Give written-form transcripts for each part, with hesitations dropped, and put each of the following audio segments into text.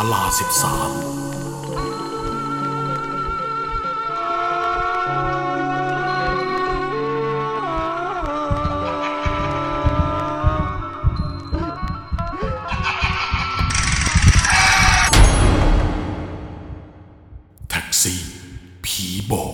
ลา13แท็กซี่ผีบอก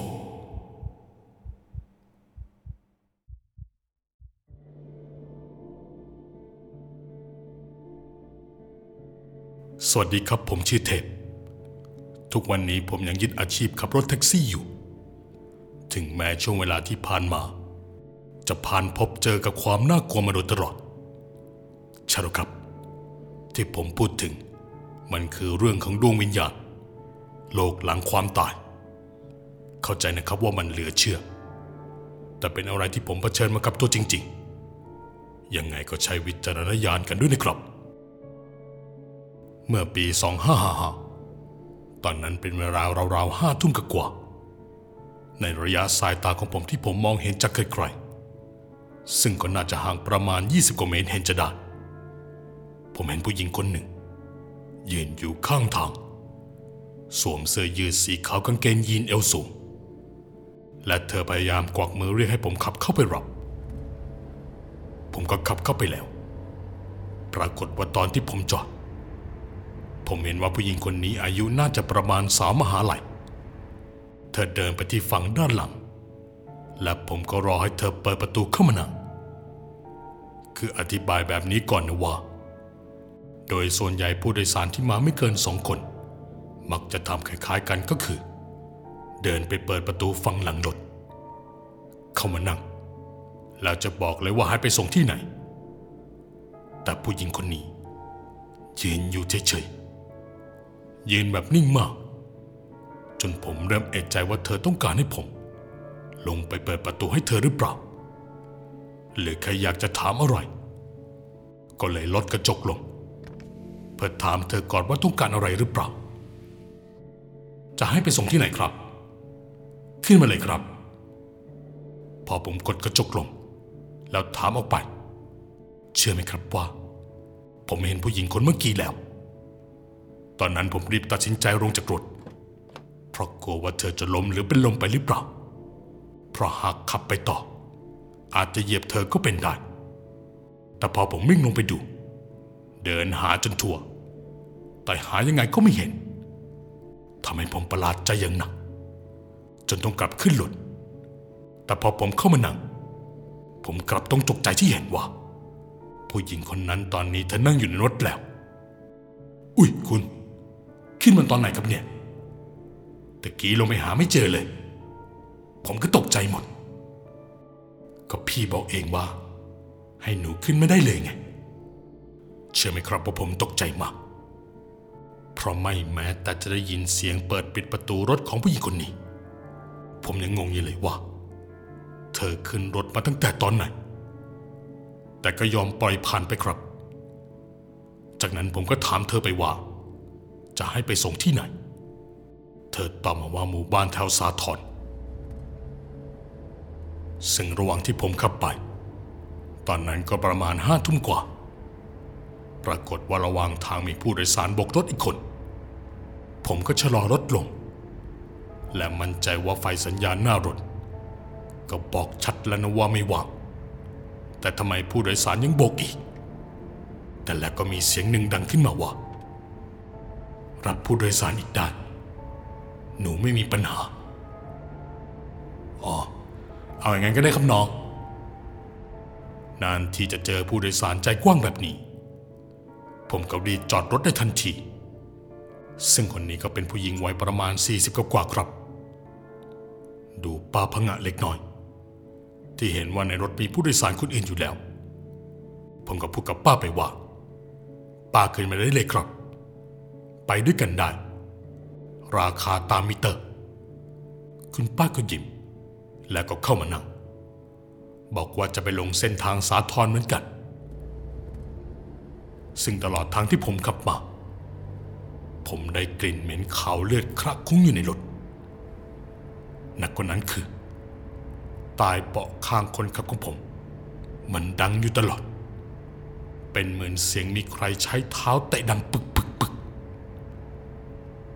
สวัสดีครับผมชื่อเทพทุกวันนี้ผมยังยึดอาชีพขับรถแท็กซี่อยู่ถึงแม้ช่วงเวลาที่ผ่านมาจะผ่านพบเจอกับความน่ากลัวมาโดยตลอดใช่หรอครับที่ผมพูดถึงมันคือเรื่องของดวงวิญญาณโลกหลังความตายเข้าใจนะครับว่ามันเหลือเชื่อแต่เป็นอะไรที่ผมเผชิญมากับตัวจริงๆยังไงก็ใช้วิจารณญาณกันด้วยนะครับเมื่อปี2555ตอนนั้นเป็นเวลาราวๆ5 ทุ่มกว่าในระยะสายตาของผมที่ผมมองเห็นจากไกลๆซึ่งก็น่าจะห่างประมาณ20 กว่าเมตรเห็นจะได้ผมเห็นผู้หญิงคนหนึ่งยืนอยู่ข้างทางสวมเสื้อยืดสีขาวกางเกงยีนเอวสูงและเธอพยายามกวักมือเรียกให้ผมขับเข้าไปรับผมก็ขับเข้าไปแล้วปรากฏว่าตอนที่ผมจอดผมเห็นว่าผู้หญิงคนนี้อายุน่าจะประมาณ3 มหาลัยเธอเดินไปที่ฝั่งด้านหลังและผมก็รอให้เธอเปิดประตูเข้ามานั่งคืออธิบายแบบนี้ก่อนนะว่าโดยส่วนใหญ่ผู้โดยสารที่มาไม่เกิน2 คนมักจะทำคล้ายๆกันก็คือเดินไปเปิดประตูฝั่งหลังรถเข้ามานั่งแล้วจะบอกเลยว่าให้ไปส่งที่ไหนแต่ผู้หญิงคนนี้ยืนอยู่เฉยๆยืนแบบนิ่งมากจนผมเริ่มเอะใจว่าเธอต้องการให้ผมลงไปเปิดประตูให้เธอหรือเปล่าหรือใครอยากจะถามอะไรก็เลยลดกระจกลงเพื่อถามเธอก่อนว่าต้องการอะไรหรือเปล่าจะให้ไปส่งที่ไหนครับขึ้นมาเลยครับพอผมกดกระจกลงแล้วถามออกไปเชื่อไหมครับว่าผมเห็นผู้หญิงคนเมื่อกี้แล้วตอนนั้นผมรีบตัดสินใจลงจากรถเพราะกลัวว่าเธอจะล้มหรือเป็นลมไปหรือเปล่าเพราะหากขับไปต่ออาจจะเหยียบเธอก็เป็นได้แต่พอผมวิ่งลงไปดูเดินหาจนทั่วแต่หายังไงก็ไม่เห็นทำให้ผมประหลาดใจอย่างหนักจนต้องกลับขึ้นรถแต่พอผมเข้ามานั่งผมกลับต้องตกใจที่เห็นว่าผู้หญิงคนนั้นตอนนี้เธอนั่งอยู่ในรถแล้วอุ๊ยคุณขึ้นมาตอนไหนครับเนี่ยตะกี้ลงไปหาไม่เจอเลยผมก็ตกใจหมดก็พี่บอกเองว่าให้หนูขึ้นไม่ได้เลยไงเชื่อไหมครับว่าผมตกใจมากเพราะไม่แม้แต่จะได้ยินเสียงเปิดปิดประตูรถของผู้หญิงคนนี้ผมยังงงอยู่เลยว่าเธอขึ้นรถมาตั้งแต่ตอนไหนแต่ก็ยอมปล่อยผ่านไปครับจากนั้นผมก็ถามเธอไปว่าจะให้ไปส่งที่ไหนเธอตอบมาว่าหมู่บ้านแถวสาทรซึ่งระหว่างที่ผมขับไปตอนนั้นก็ประมาณ5 ทุ่มกว่าปรากฏว่าระหว่างทางมีผู้โดยสารโบกรถอีกคนผมก็ชะลอรถลงและมั่นใจว่าไฟสัญญาณหน้ารถก็บอกชัดแล้วนะว่าไม่ว่างแต่ทำไมผู้โดยสารยังโบกอีกแต่แล้วก็มีเสียงหนึ่งดังขึ้นมาว่ารับผู้โดยสารอีกได้หนูไม่มีปัญหาอ๋อเอาอย่างนั้นก็ได้ครับน้องนานที่จะเจอผู้โดยสารใจกว้างแบบนี้ผมก็รีบจอดรถได้ทันทีซึ่งคนนี้ก็เป็นผู้หญิงวัยประมาณ40 กว่าครับดูป้าผงะเล็กน้อยที่เห็นว่าในรถมีผู้โดยสารคนอื่นอยู่แล้วผมก็พูดกับป้าไปว่าป้าขึ้นมาได้เลยครับไปด้วยกันได้ราคาตามมิเตอร์คุณป้าก็ยิ้มแล้วก็เข้ามานั่งบอกว่าจะไปลงเส้นทางสาทรเหมือนกันซึ่งตลอดทางที่ผมขับมาผมได้กลิ่นเหม็นคาวเลือดคละคลุ้งอยู่ในรถหนักกว่านั้นคือใต้เบาะข้างคนขับของผมมันดังอยู่ตลอด เป็นเหมือนเสียงมีใครใช้เท้าเตะดังปึกปึกปึก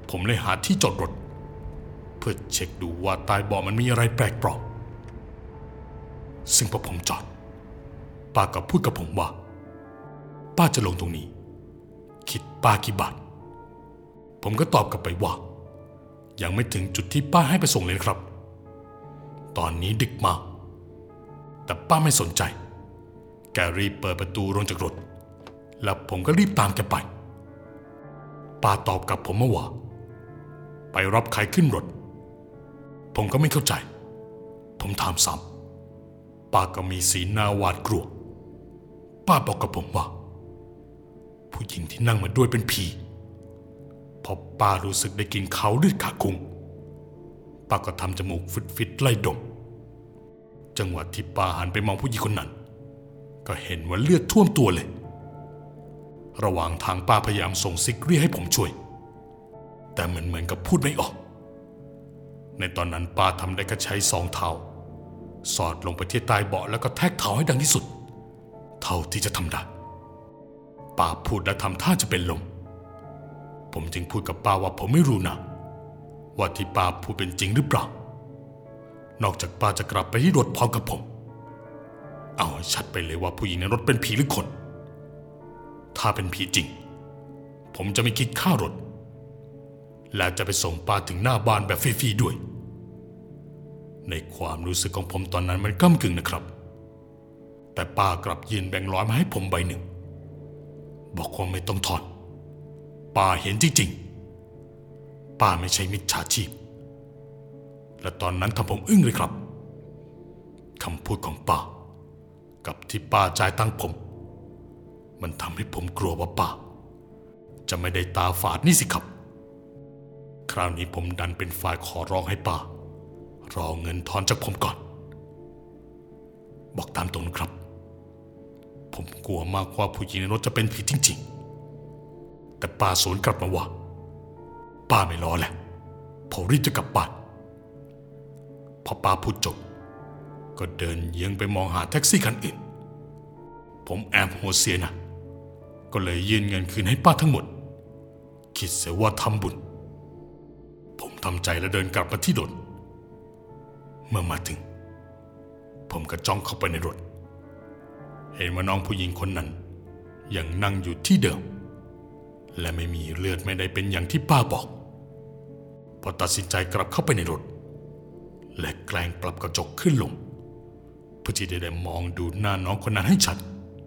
ผมเลยหาที่จอดรถเพื่อเช็คดูว่าใต้เบาะมันมีอะไรแปลกปลอมซึ่งพอผมจอดป้าก็พูดกับผมว่าป้าจะลงตรงนี้คิดป้ากี่บาทผมก็ตอบกลับไปว่ายังไม่ถึงจุดที่ป้าให้ไปส่งเลยครับตอนนี้ดึกมากแต่ป้าไม่สนใจแกรีบเปิดประตูลงจากรถแล้วผมก็รีบตามแกไปป้าตอบกลับผมมาว่าไปรับใครขึ้นรถผมก็ไม่เข้าใจผมถามซ้ำป้าก็มีสีหน้าหวาดกลัวป้าบอกกับผมว่าผู้หญิงที่นั่งมาด้วยเป็นผีพอป้ารู้สึกได้กลิ่นเขาเลือดขาคุงป้าก็ทำจมูกฟิดๆไล่ดมจังหวะที่ป้าหันไปมองผู้หญิงคนนั้นก็เห็นว่าเลือดท่วมตัวเลยระหว่างทางป้าพยายามส่งซิกเรียกให้ผมช่วยแต่เหมือนกับพูดไม่ออกในตอนนั้นป้าทำได้แค่ใช้2 เท้าสอดลงไปที่ใต้เบาะแล้วก็แทกเท้าให้ดังที่สุดเท่าที่จะทำได้ป้าพูดและทำท่าจะเป็นลมผมจึงพูดกับป้าว่าผมไม่รู้นะว่าที่ป้าพูดเป็นจริงหรือเปล่านอกจากป้าจะกลับไปที่รถพร้อมกับผมเอาให้ชัดไปเลยว่าผู้หญิงในรถเป็นผีหรือคนถ้าเป็นผีจริงผมจะไม่คิดค่ารถและจะไปส่งป้าถึงหน้าบ้านแบบฟรีๆด้วยในความรู้สึกของผมตอนนั้นมันก้ำกึ่งนะครับแต่ป้ากลับยื่นแบงค์100มาให้ผมใบหนึ่งบอกว่าไม่ต้องถอนป้าเห็นจริงๆป้าไม่ใช่มิจฉาชีพและตอนนั้นทำผมอึ้งเลยครับคำพูดของป้ากับที่ป้าจ่ายตังค์ผมมันทำให้ผมกลัวว่าป้าจะไม่ได้ตาฝาดนี่สิครับคราวนี้ผมดันเป็นฝ่ายขอร้องให้ป้ารอเงินทอนจากผมก่อนบอกตามตรงนะครับผมกลัวมากว่าผู้หญิงในรถจะเป็นผีจริงๆแต่ป้าสวนกลับมาว่าป้าไม่รอแล้วผมรีบจะกลับบ้านพอป้าพูดจบก็เดินเยื้องไปมองหาแท็กซี่คันอื่นผมแอบหัวเสียนะก็เลยยื่นเงินคืนให้ป้าทั้งหมดคิดเสียว่าทำบุญผมทำใจและเดินกลับมาที่รถเมื่อมาถึงผมก็จ้องเข้าไปในรถเห็นว่าน้องผู้หญิงคนนั้นยังนั่งอยู่ที่เดิมและไม่มีเลือดไม่ได้เป็นอย่างที่ป้าบอกพอตัดสินใจกลับเข้าไปในรถและแกล้งปรับกระจกขึ้นลงเพื่อที่จะได้มองดูหน้าน้องคนนั้นให้ชัด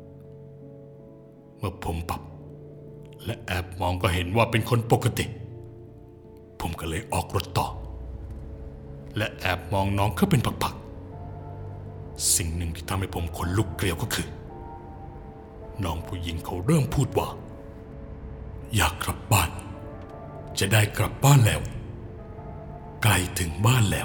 เมื่อผมปรับและแอบมองก็เห็นว่าเป็นคนปกติผมก็เลยออกรถต่อและแอบมองน้องเขาเป็นพักๆสิ่งหนึ่งที่ทำให้ผมขนลุกเกลียวก็คือน้องผู้หญิงเขาเริ่มพูดว่าอยากกลับบ้านจะได้กลับบ้านแล้วใกล้ถึงบ้านแล้ว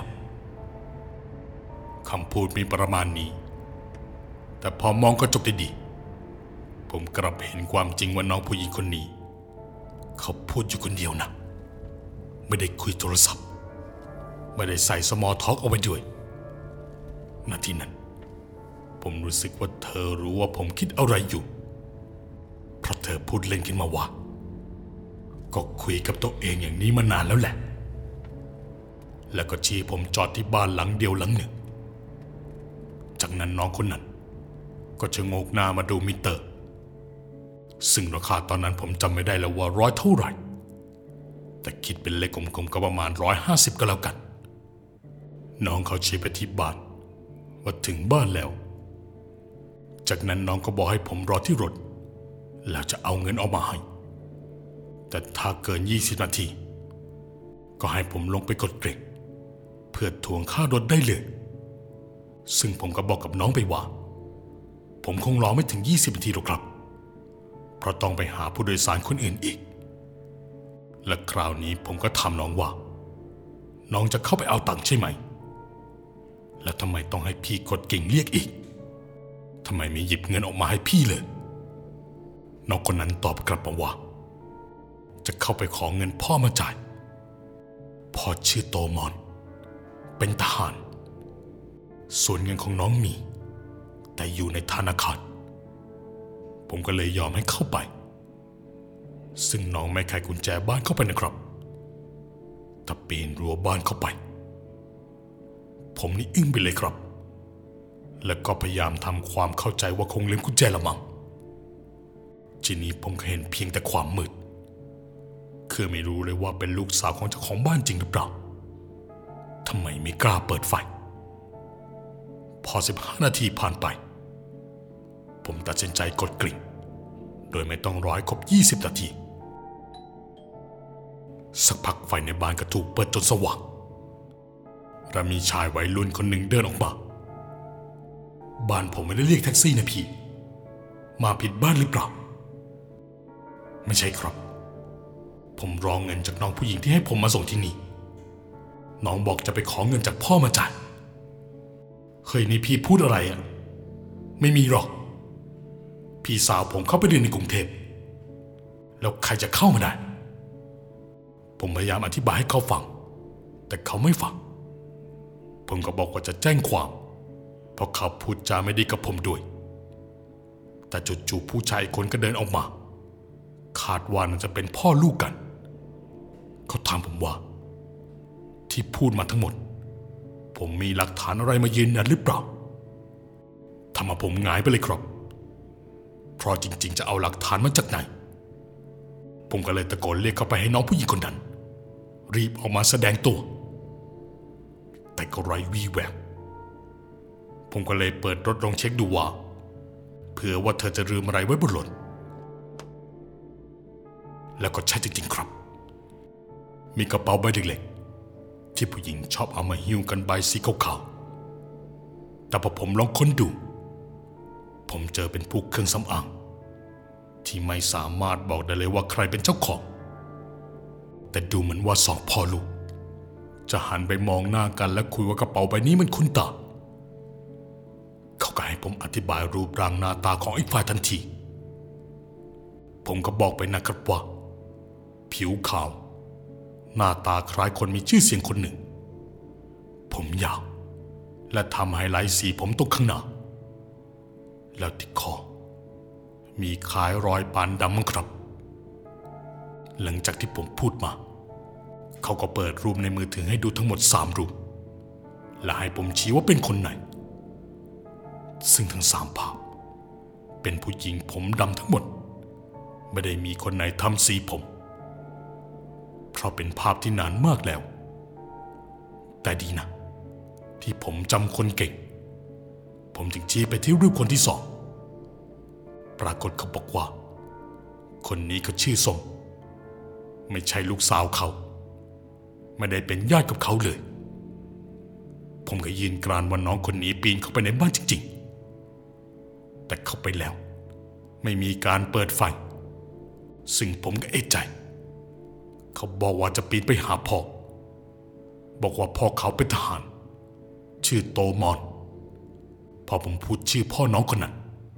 คำพูดมีประมาณนี้แต่พอมองกระจกดีๆผมกลับเห็นความจริงว่าน้องผู้หญิงคนนี้เขาพูดอยู่คนเดียวนะไม่ได้คุยโทรศัพท์ไม่ได้ใส่สมอลท็อกเอาไว้ด้วยนาทีนั้นผมรู้สึกว่าเธอรู้ว่าผมคิดอะไรอยู่เพราะเธอพูดเล่นขึ้นมาว่าก็คุยกับตัวเองอย่างนี้มานานแล้วแหละแล้วก็ชี้ผมจอดที่บ้านหลังเดียวหลังหนึ่งจากนั้นน้องคนนั้นก็ชะโงกหน้ามาดูมิเตอร์ซึ่งราคาตอนนั้นผมจำไม่ได้แล้วว่า100เท่าไหร่แต่คิดเป็นเลขกลมๆก็ประมาณ150ก็แล้วกันน้องเขาชี้ไปที่บ้านว่าถึงบ้านแล้วจากนั้นน้องก็บอกให้ผมรอที่รถแล้วจะเอาเงินออกมาให้แต่ถ้าเกิน20 นาทีก็ให้ผมลงไปกดเกร็ดเพื่อทวงค่ารถได้เลยซึ่งผมก็บอกกับน้องไปว่าผมคงรอไม่ถึง20 นาทีหรอกครับเพราะต้องไปหาผู้โดยสารคนอื่นอีกและคราวนี้ผมก็ถามน้องว่าน้องจะเข้าไปเอาตังค์ใช่ไหมแล้วทำไมต้องให้พี่กดกิ่งเรียกอีกทำไมไม่หยิบเงินออกมาให้พี่เลยน้องคนนั้นตอบกลับมาว่าจะเข้าไปขอเงินพ่อมาจ่ายพ่อชื่อโตมอนเป็นทหารส่วนเงินของน้องมีแต่อยู่ในธนาคารผมก็เลยยอมให้เข้าไปซึ่งน้องไม่ไขกุญแจบ้านเข้าไปนะครับถ้าปีนรั้วบ้านเข้าไปผมนี่อึ้งไปเลยครับแล้วก็พยายามทำความเข้าใจว่าคงลืมกุญแจละมั้งทีนี้ผมก็เห็นเพียงแต่ความมืดคือไม่รู้เลยว่าเป็นลูกสาวของเจ้าของบ้านจริงหรือเปล่าทำไมไม่กล้าเปิดไฟพอ15 นาทีผ่านไปผมตัดสินใจกดกริ่งโดยไม่ต้องรอให้ครบ20 นาทีสักพักไฟในบ้านก็ถูกเปิดจนสว่างและมีชายวัยรุ่นคนหนึ่งเดินออกมาบ้านผมไม่ได้เรียกแท็กซี่นะพี่มาผิดบ้านหรือเปล่าไม่ใช่ครับผมรอเงินจากน้องผู้หญิงที่ให้ผมมาส่งที่นี่น้องบอกจะไปขอเงินจากพ่อมาจ่ายเฮ้ยนี่พี่พูดอะไรอ่ะไม่มีหรอกพี่สาวผมเข้าไปเรียนในกรุงเทพแล้วใครจะเข้ามาได้ผมพยายามอธิบายให้เขาฟังแต่เขาไม่ฟังผมก็บอกว่าจะแจ้งความเพราะเขาพูดจาไม่ดีกับผมด้วยแต่จู่ๆผู้ชายอีกคนก็เดินออกมาคาดว่าน่าจะเป็นพ่อลูกกันเขาถามผมว่าที่พูดมาทั้งหมดผมมีหลักฐานอะไรมายืนยันหรือเปล่าทำให้ผมหงายไปเลยครับเพราะจริงๆจะเอาหลักฐานมาจากไหนผมก็เลยตะโกนเรียกเขาไปให้น้องผู้หญิงคนนั้นรีบออกมาแสดงตัวแต่ก็ไร้วี่แววผมก็เลยเปิดรถลองเช็คดูว่าเผื่อว่าเธอจะลืมอะไรไว้บนรถแล้วก็ใช่จริงๆครับมีกระเป๋าใบเล็กๆที่ผู้หญิงชอบเอามาหิ้วกันใบสีขาวๆแต่พอผมลองค้นดูผมเจอเป็นพวกเครื่องสำอางที่ไม่สามารถบอกได้เลยว่าใครเป็นเจ้าของแต่ดูเหมือนว่าสองพ่อลูกจะหันไปมองหน้ากันและคุยว่ากระเป๋าใบนี้มันคุ้นตาเขาก็ให้ผมอธิบายรูปร่างหน้าตาของอีกฝ่ายทันทีผมก็บอกไปนะครับว่าผิวขาวหน้าตาคล้ายคนมีชื่อเสียงคนหนึ่งผมยาวและทำไฮไลท์สีผมตรงข้างหน้าแล้วที่คอมีคล้ายรอยปานดำมั้งครับหลังจากที่ผมพูดมาเขาก็เปิดรูปในมือถือให้ดูทั้งหมด3 รูปและให้ผมชี้ว่าเป็นคนไหนซึ่งทั้ง3 ภาพเป็นผู้หญิงผมดำทั้งหมดไม่ได้มีคนไหนทำสีผมเพราะเป็นภาพที่นานมากแล้วแต่ดีนะที่ผมจำคนเก่งผมจึงชี้ไปที่รูปคนที่2ปรากฏเขาบอกว่าคนนี้เขาชื่อส้มไม่ใช่ลูกสาวเขาไม่ได้เป็นญาติกับเขาเลยผมก็ยืนกรานว่าน้องคนนี้ปีนเข้าไปในบ้านจริงๆแต่เข้าไปแล้วไม่มีการเปิดไฟซึ่งผมก็เอะใจเขาบอกว่าจะปีนไปหาพ่อบอกว่าพ่อเขาเป็นทหารชื่อโตมอนพอผมพูดชื่อพ่อน้องคนนั้น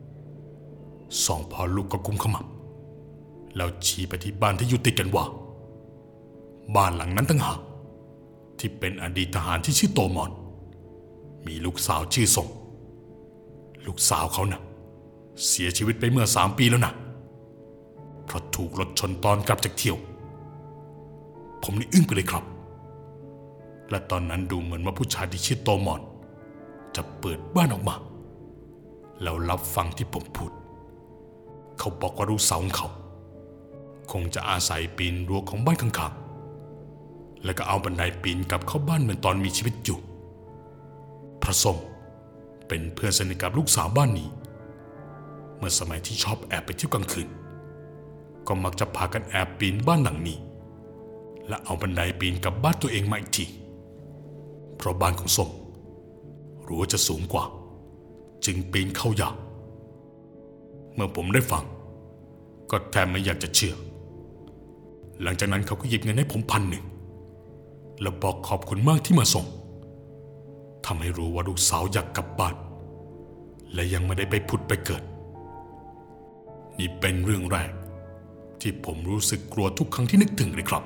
2 พ่อลูกก็กุมขมับแล้วชี้ไปที่บ้านที่อยู่ติดกันว่าบ้านหลังนั้นตั้งหากที่เป็นอดีตทหารที่ชื่อโตมอนมีลูกสาวชื่อส่งลูกสาวเขานะเสียชีวิตไปเมื่อ3 ปีแล้วนะเพราะถูกรถชนตอนกลับจากเที่ยวผมนี่อึ้งไปเลยครับและตอนนั้นดูเหมือนว่าผู้ชายที่ชื่อโตมอนจะเปิดบ้านออกมาแล้วรับฟังที่ผมพูดเขาบอกว่าลูกสาวของเขาคงจะอาศัยปีนรั้วของบ้านข้างๆแล้วก็เอาบันไดปีนกลับเข้าบ้านเหมือนตอนมีชีวิตอยู่พระส้มเป็นเพื่อนสนิทกับลูกสาวบ้านนี้เมื่อสมัยที่ชอบแอบไปเที่ยวกลางคืนก็มักจะพากันแอบปีนบ้านหลังนี้และเอาบันไดปีนกลับบ้านตัวเองมาอีกทีเพราะบ้านของส้มรั้วจะสูงกว่าจึงปีนเข้ายากเมื่อผมได้ฟังก็แทบไม่อยากจะเชื่อหลังจากนั้นเขาก็หยิบเงินให้ผม1,000แล้วบอกขอบคุณมากที่มาส่งทำให้รู้ว่าลูกสาวอยากกลับบ้านและยังไม่ได้ไปผุดไปเกิดนี่เป็นเรื่องแรกที่ผมรู้สึกกลัวทุกครั้งที่นึกถึงเลยครับ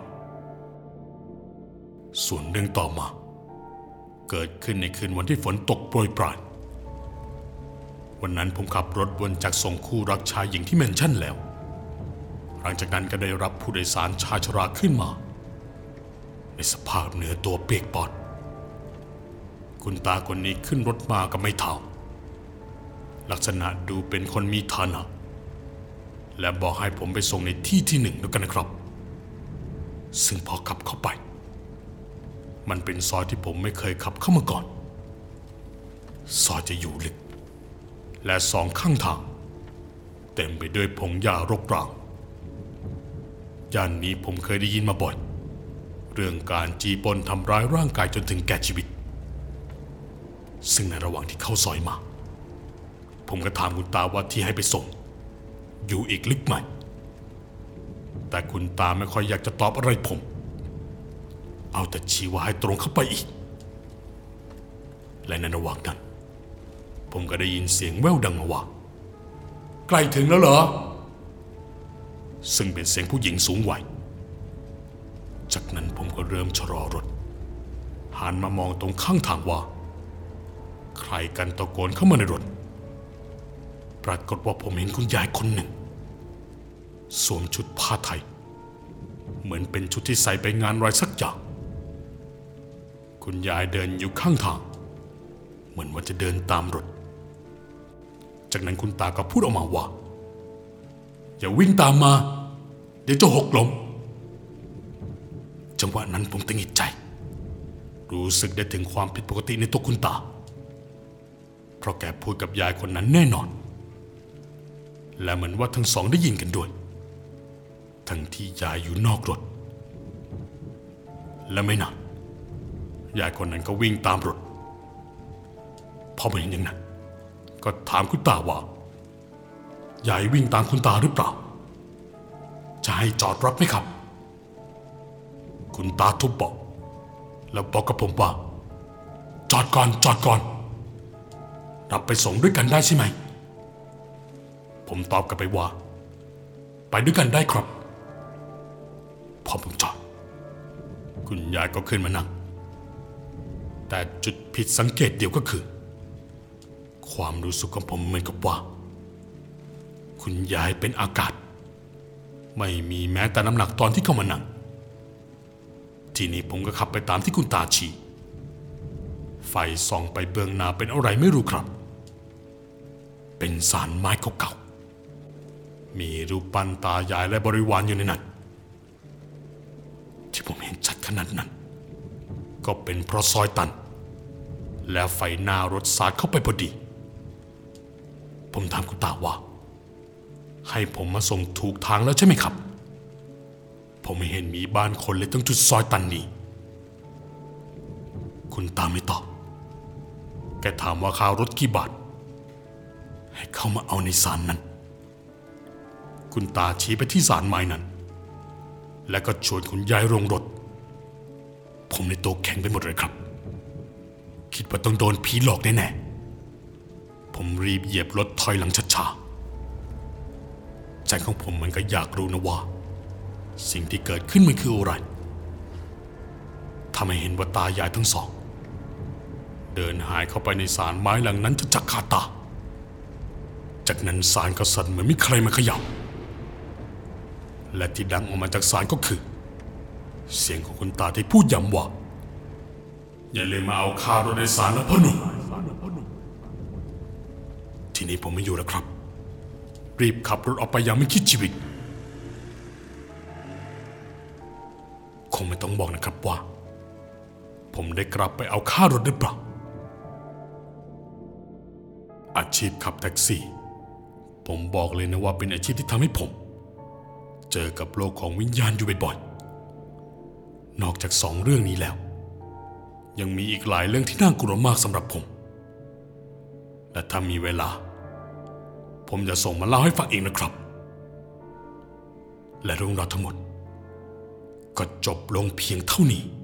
ส่วนเรื่องต่อมาเกิดขึ้นในคืนวันที่ฝนตกโปรยปรายวันนั้นผมขับรถวนจากส่งคู่รักชายหญิงที่แมนชั่นแล้วหลังจากนั้นก็ได้รับผู้โดยสารชายชราขึ้นมาในสภาพเนื้อตัวเปียกปอนคุณตาคนนี้ขึ้นรถมากับไม้เท้าลักษณะดูเป็นคนมีฐานะและบอกให้ผมไปส่งในที่ที่หนึ่งด้วยกันนะครับซึ่งพอขับเข้าไปมันเป็นซอยที่ผมไม่เคยขับเข้ามาก่อนซอยจะอยู่ลึกและสองข้างทางเต็มไปด้วยพงหญ้ารกร้างย่านนี้ผมเคยได้ยินมาบ่อยเรื่องการจี้ปล้นทำร้ายร่างกายจนถึงแก่ชีวิตซึ่งในระหว่างที่เข้าซอยมาผมก็ถามคุณตาว่าที่ให้ไปส่งอยู่อีกลึกไหมแต่คุณตาไม่ค่อยอยากจะตอบอะไรผมเอาแต่ชี้ว่าให้ตรงเข้าไปอีกและในระหว่างนั้นผมก็ได้ยินเสียงแว่วดังมาว่าใกล้ถึงแล้วเหรอซึ่งเป็นเสียงผู้หญิงสูงวัยจากนั้นผมก็เริ่มชะลอรถหันมามองตรงข้างทางว่าใครกันตะโกนเข้ามาในรถปรากฏว่าผมเห็นคุณยายคนหนึ่งสวมชุดผ้าไทยเหมือนเป็นชุดที่ใส่ไปงานอะไรสักอย่างคุณยายเดินอยู่ข้างทางเหมือนว่าจะเดินตามรถจากนั้นคุณตาก็พูดออกมาว่าอย่าวิ่งตามมาเดี๋ยวจะหกล้มจังหวะนั้นผมตึงใจรู้สึกได้ถึงความผิดปกติในตัวคุณตาเพราะแกพูดกับยายคนนั้นแน่นอนและเหมือนว่าทั้งสองได้ยินกันด้วยทั้งที่ยายอยู่นอกรถและไม่นานยายคนนั้นก็วิ่งตามรถพอมาเห็นอย่างนั้นก็ถามคุณตาว่ายายวิ่งตามคุณตาหรือเปล่าจะให้จอดรับไหมครับคุณตาทุบเบาะแล้วบอกกับผมว่าจอดก่อนจอดก่อนรับไปส่งด้วยกันได้ใช่ไหมผมตอบกลับไปว่าไปด้วยกันได้ครับพอผมจอดคุณยายก็ขึ้นมานั่งแต่จุดผิดสังเกตเดียวก็คือความรู้สึกของผมเหมือนกับว่าคุณยายเป็นอากาศไม่มีแม้แต่น้ำหนักตอนที่เข้ามานั่งทีนี้ผมก็ขับไปตามที่คุณตาชี้ไฟส่องไปเบื้องหน้าเป็นอะไรไม่รู้ครับเป็นศาลไม้เก่าๆมีรูปปั้นตายายและบริวารอยู่ในนั้นที่ผมเห็นชัดขนาดนั้นก็เป็นเพราะซอยตันและไฟหน้ารถสาดเข้าไปพอดีผมถามคุณตาว่าให้ผมมาส่งถูกทางแล้วใช่ไหมครับผมไม่เห็นมีบ้านคนเลยต้องจุดซอยตันนี้คุณตาไม่ตอบแกถามว่าค่ารถกี่บาทให้เข้ามาเอาในศาลนั้นคุณตาชี้ไปที่ศาลไม้นั้นและก็ชวนคุณยายลงรถผมในตัวแข็งไปหมดเลยครับคิดว่าต้องโดนผีหลอกแน่ๆผมรีบเหยียบรถถอยหลังช้าๆใจของผมมันก็อยากรู้นะว่าสิ่งที่เกิดขึ้นมันคืออะไรทำให้เห็นว่าตายายทั้งสองเดินหายเข้าไปในศาลไม้หลังนั้นจะจักขาตาจากนั้นศาลก็สั่นเหมือนมีใครมาเขย่าและที่ดังออกมาจากศาลก็คือเสียงของคุณตาที่พูดย้ำว่าอย่าเลยมาเอาค่ารถโดยสารนะพ่อหนุ่มทีนี้ผมไม่อยู่แล้วครับรีบขับรถออกไปอย่างไม่คิดชีวิตคงไม่ต้องบอกนะครับว่าผมได้กลับไปเอาค่ารถหรือเปล่าอาชีพขับแท็กซี่ผมบอกเลยนะว่าเป็นอาชีพที่ทำให้ผมเจอกับโลกของวิญญาณอยู่บ่อยๆนอกจาก2 เรื่องนี้แล้วยังมีอีกหลายเรื่องที่น่ากลัวมากสำหรับผมและถ้ามีเวลาผมจะส่งมาเล่าให้ฟังเองนะครับและเรื่องราวทั้งหมดก็จบลงเพียงเท่านี้